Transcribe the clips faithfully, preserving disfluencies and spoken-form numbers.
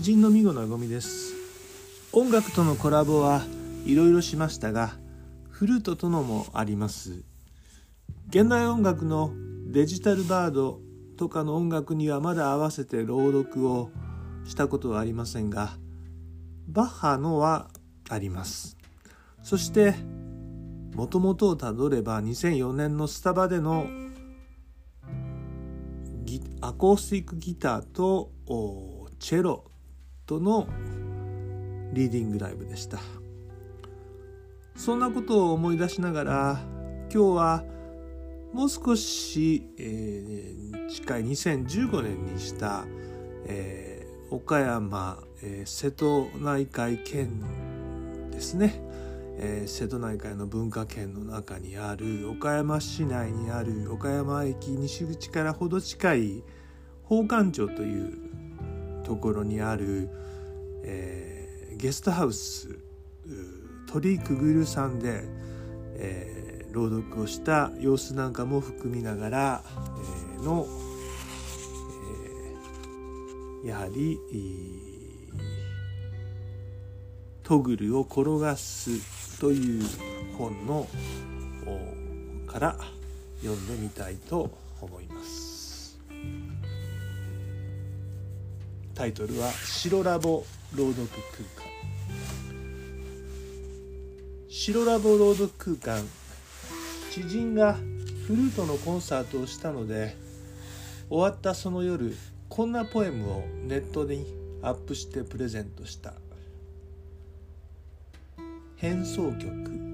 人の見事なごみです。音楽とのコラボはいろいろしましたが、フルートとのもあります。現代音楽のデジタルバードとかの音楽にはまだ合わせて朗読をしたことはありませんが、バッハのはあります。そしてもともとをたどればにせんよねんのスタバでのアコースティックギターとチェロとのリーディングライブでした。そんなことを思い出しながら、今日はもう少し、えー、近いにせんじゅうごねんにした、えー、岡山、えー、瀬戸内海県ですね、えー、瀬戸内海の文化圏の中にある岡山市内にある岡山駅西口からほど近い宝冠町というところにある、えー、ゲストハウス鳥居くぐるさんで、えー、朗読をした様子なんかも含みながら、えー、の、えー、やはりトグルを転がすという本のから読んでみたいと思います。タイトルは白ラボ朗読空間。白ラボ朗読空間、知人がフルートのコンサートをしたので、終わったその夜、こんなポエムをネットにアップしてプレゼントした。変奏曲。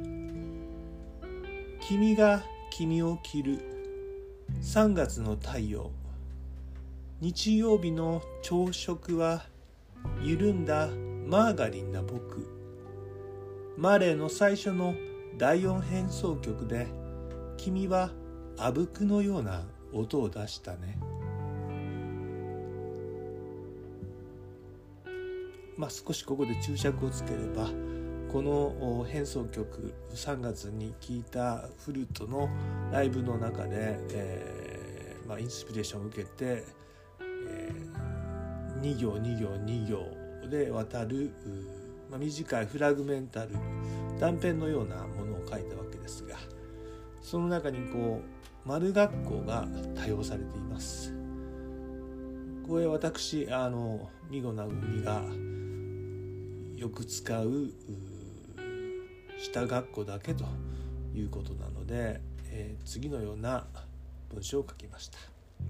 君が君を着るさんがつの太陽。日曜日の朝食は緩んだマーガリンな僕。マレーの最初のだいよん変奏曲で、君はあぶくのような音を出したね。まあ少しここで注釈をつければ、この変奏曲さんがつに聴いたフルートのライブの中で、えーまあ、インスピレーションを受けて、えー、に行に行に行で渡る、まあ、短いフラグメンタル断片のようなものを書いたわけですが、その中にこう丸学校が多用されています。これ私あの見事な組がよく使う下学校だけということなので、えー、次のような文章を書きました。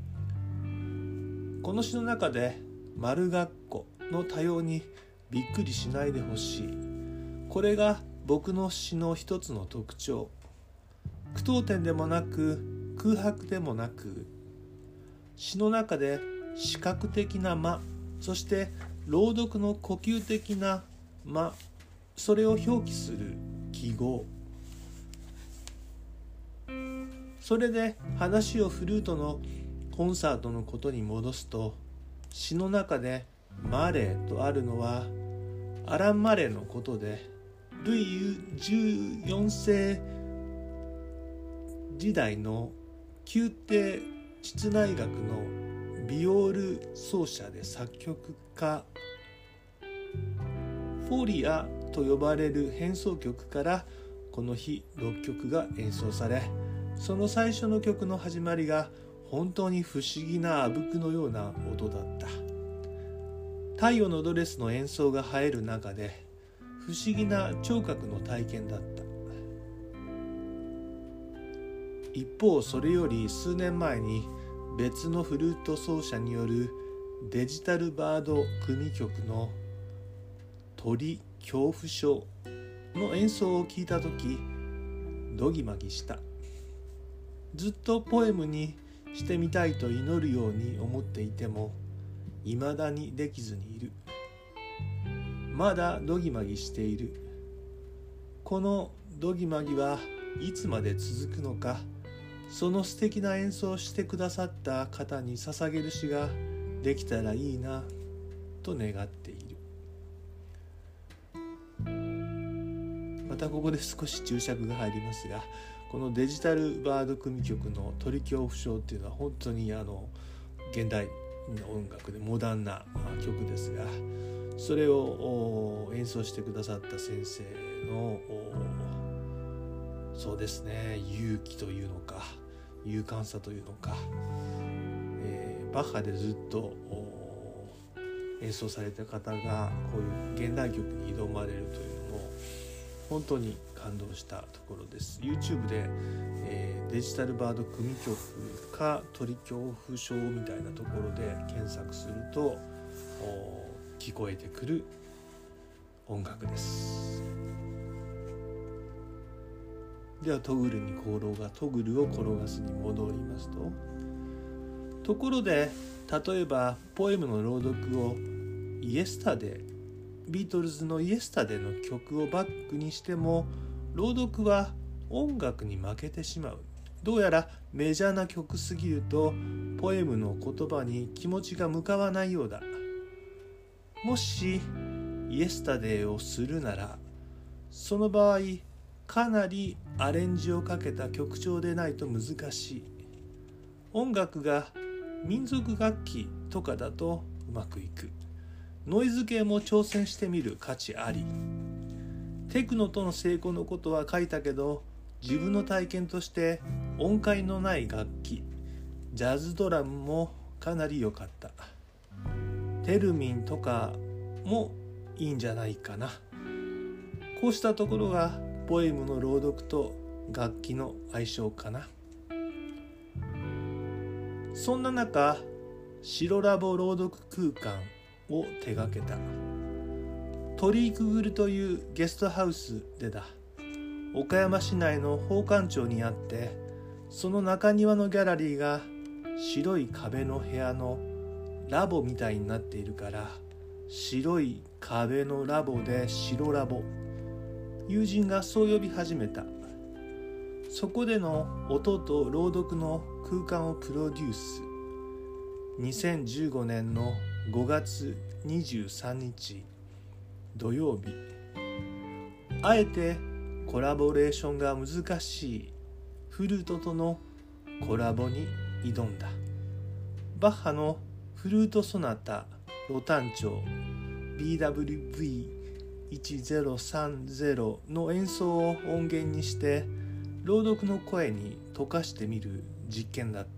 この詩の中で丸学校の多様にびっくりしないでほしい。これが僕の詩の一つの特徴。句読点でもなく空白でもなく、詩の中で視覚的な間、そして朗読の呼吸的な間、それを表記する記号。それで話をフルートのコンサートのことに戻すと、詩の中でマレーとあるのはアラン・マレーのことで、ルイじゅうよんせい時代の宮廷膣内楽のビオール奏者で作曲家フォリアと呼ばれる変奏曲からこの日ろっきょくが演奏され、その最初の曲の始まりが本当に不思議なあぶくのような音だった。太陽のドレスの演奏が映える中で不思議な聴覚の体験だった。一方、それより数年前に別のフルート奏者によるデジタルバード組曲の鳥恐怖症の演奏を聞いたとき、ドギマギした。ずっとポエムにしてみたいと祈るように思っていても、未だにできずにいる。まだドギマギしている。このドギマギはいつまで続くのか、その素敵な演奏をしてくださった方に捧げる詩ができたらいいなと願っている。またここで少し注釈が入りますが、このデジタルバード組曲の鳥恐怖症っていうのは本当にあの現代の音楽でモダンな曲ですが、 それを演奏してくださった先生のそうですね勇気というのか勇敢さというのか、えー、バッハでずっと演奏された方がこういう現代曲に挑まれるというのも本当に感動したところです。 YouTube で、えー、デジタルバード組曲か鳥恐怖症みたいなところで検索すると聞こえてくる音楽です。ではトグルに功労がトグルを転がすに戻りますと、ところで例えばポエムの朗読をイエスタデービートルズのイエスタデーの曲をバックにしても朗読は音楽に負けてしまう。どうやらメジャーな曲すぎるとポエムの言葉に気持ちが向かわないようだ。もしイエスタデーをするならその場合かなりアレンジをかけた曲調でないと難しい。音楽が民族楽器とかだとうまくいく。ノイズ系も挑戦してみる価値あり。テクノとの成功のことは書いたけど自分の体験として音階のない楽器ジャズドラムもかなり良かった。テルミンとかもいいんじゃないかな。こうしたところがポエムの朗読と楽器の相性かな。そんな中白ラボ朗読空間を手掛けた。鳥居くぐるというゲストハウスでだ。岡山市内の宝冠町にあって、その中庭のギャラリーが白い壁の部屋のラボみたいになっているから、白い壁のラボで白ラボ。友人がそう呼び始めた。そこでの音と朗読の空間をプロデュース。にせんじゅうごねんのごがつにじゅうさんにち土曜日。あえてコラボレーションが難しいフルートとのコラボに挑んだ。バッハのフルートソナタロ短調 ビーダブリューブイいちぜろさんぜろ の演奏を音源にして朗読の声に溶かしてみる実験だった。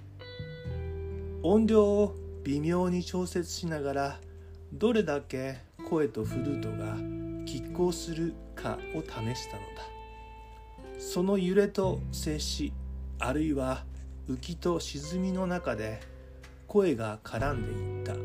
音量を微妙に調節しながらどれだけ声とフルートが拮抗するかを試したのだ。その揺れと静止、あるいは浮きと沈みの中で声が絡んでいった。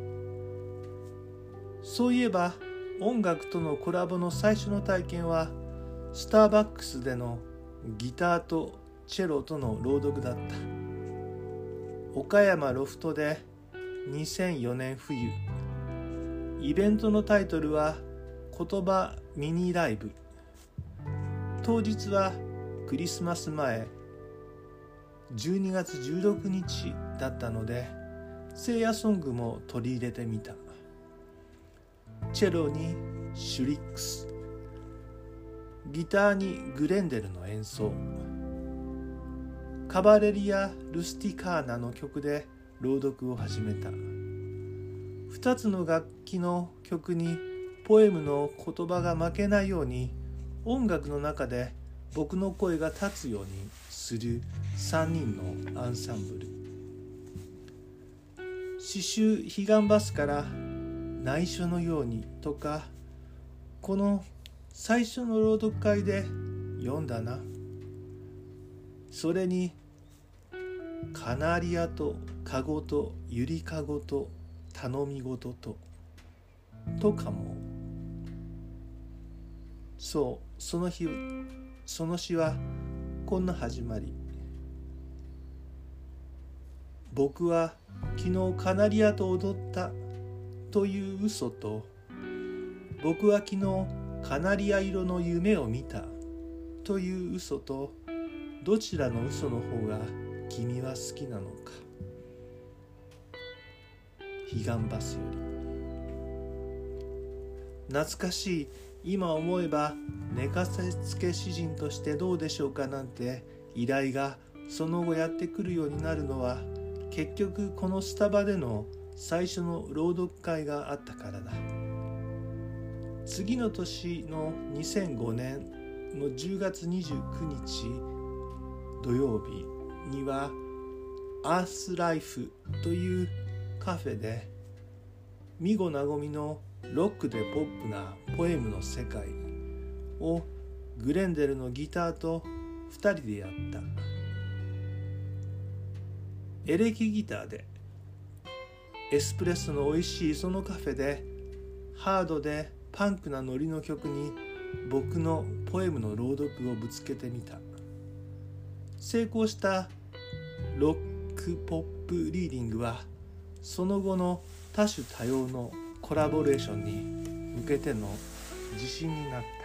そういえば音楽とのコラボの最初の体験はスターバックスでのギターとチェロとの朗読だった。岡山ロフトでにせんよねん冬。イベントのタイトルは言葉ミニライブ。当日はクリスマス前じゅうにがつじゅうろくにちだったので聖夜ソングも取り入れてみた。チェロにシュリックス、ギターにグレンデルの演奏、カバレリア・ルスティカーナの曲で朗読を始めた。二つの楽器の曲にポエムの言葉が負けないように音楽の中で僕の声が立つようにする三人のアンサンブル。詩集「彼岸バス」から内緒のようにとか、この最初の朗読会で読んだな。それにカナリアとカゴとユリカゴと頼み事ととかも。そう、その日その詩はこんな始まり。僕は昨日カナリアと踊ったという嘘と、僕は昨日カナリア色の夢を見たという嘘と、どちらの嘘の方が君は好きなのか。彼岸バスより。懐かしい今思えば、寝かせつけ詩人としてどうでしょうかなんて依頼がその後やってくるようになるのは、結局このスタバでの最初の朗読会があったからだ。次の年のにせんごねんのじゅうがつにじゅうくにち土曜日にはアースライフというカフェでミゴナゴミのロックでポップなポエムの世界をグレンデルのギターとふたりでやった。エレキギターでエスプレッソの美味しいそのカフェでハードでパンクなノリの曲に僕のポエムの朗読をぶつけてみた。成功したロックポップリーディングはその後の多種多様のコラボレーションに向けての自信になった。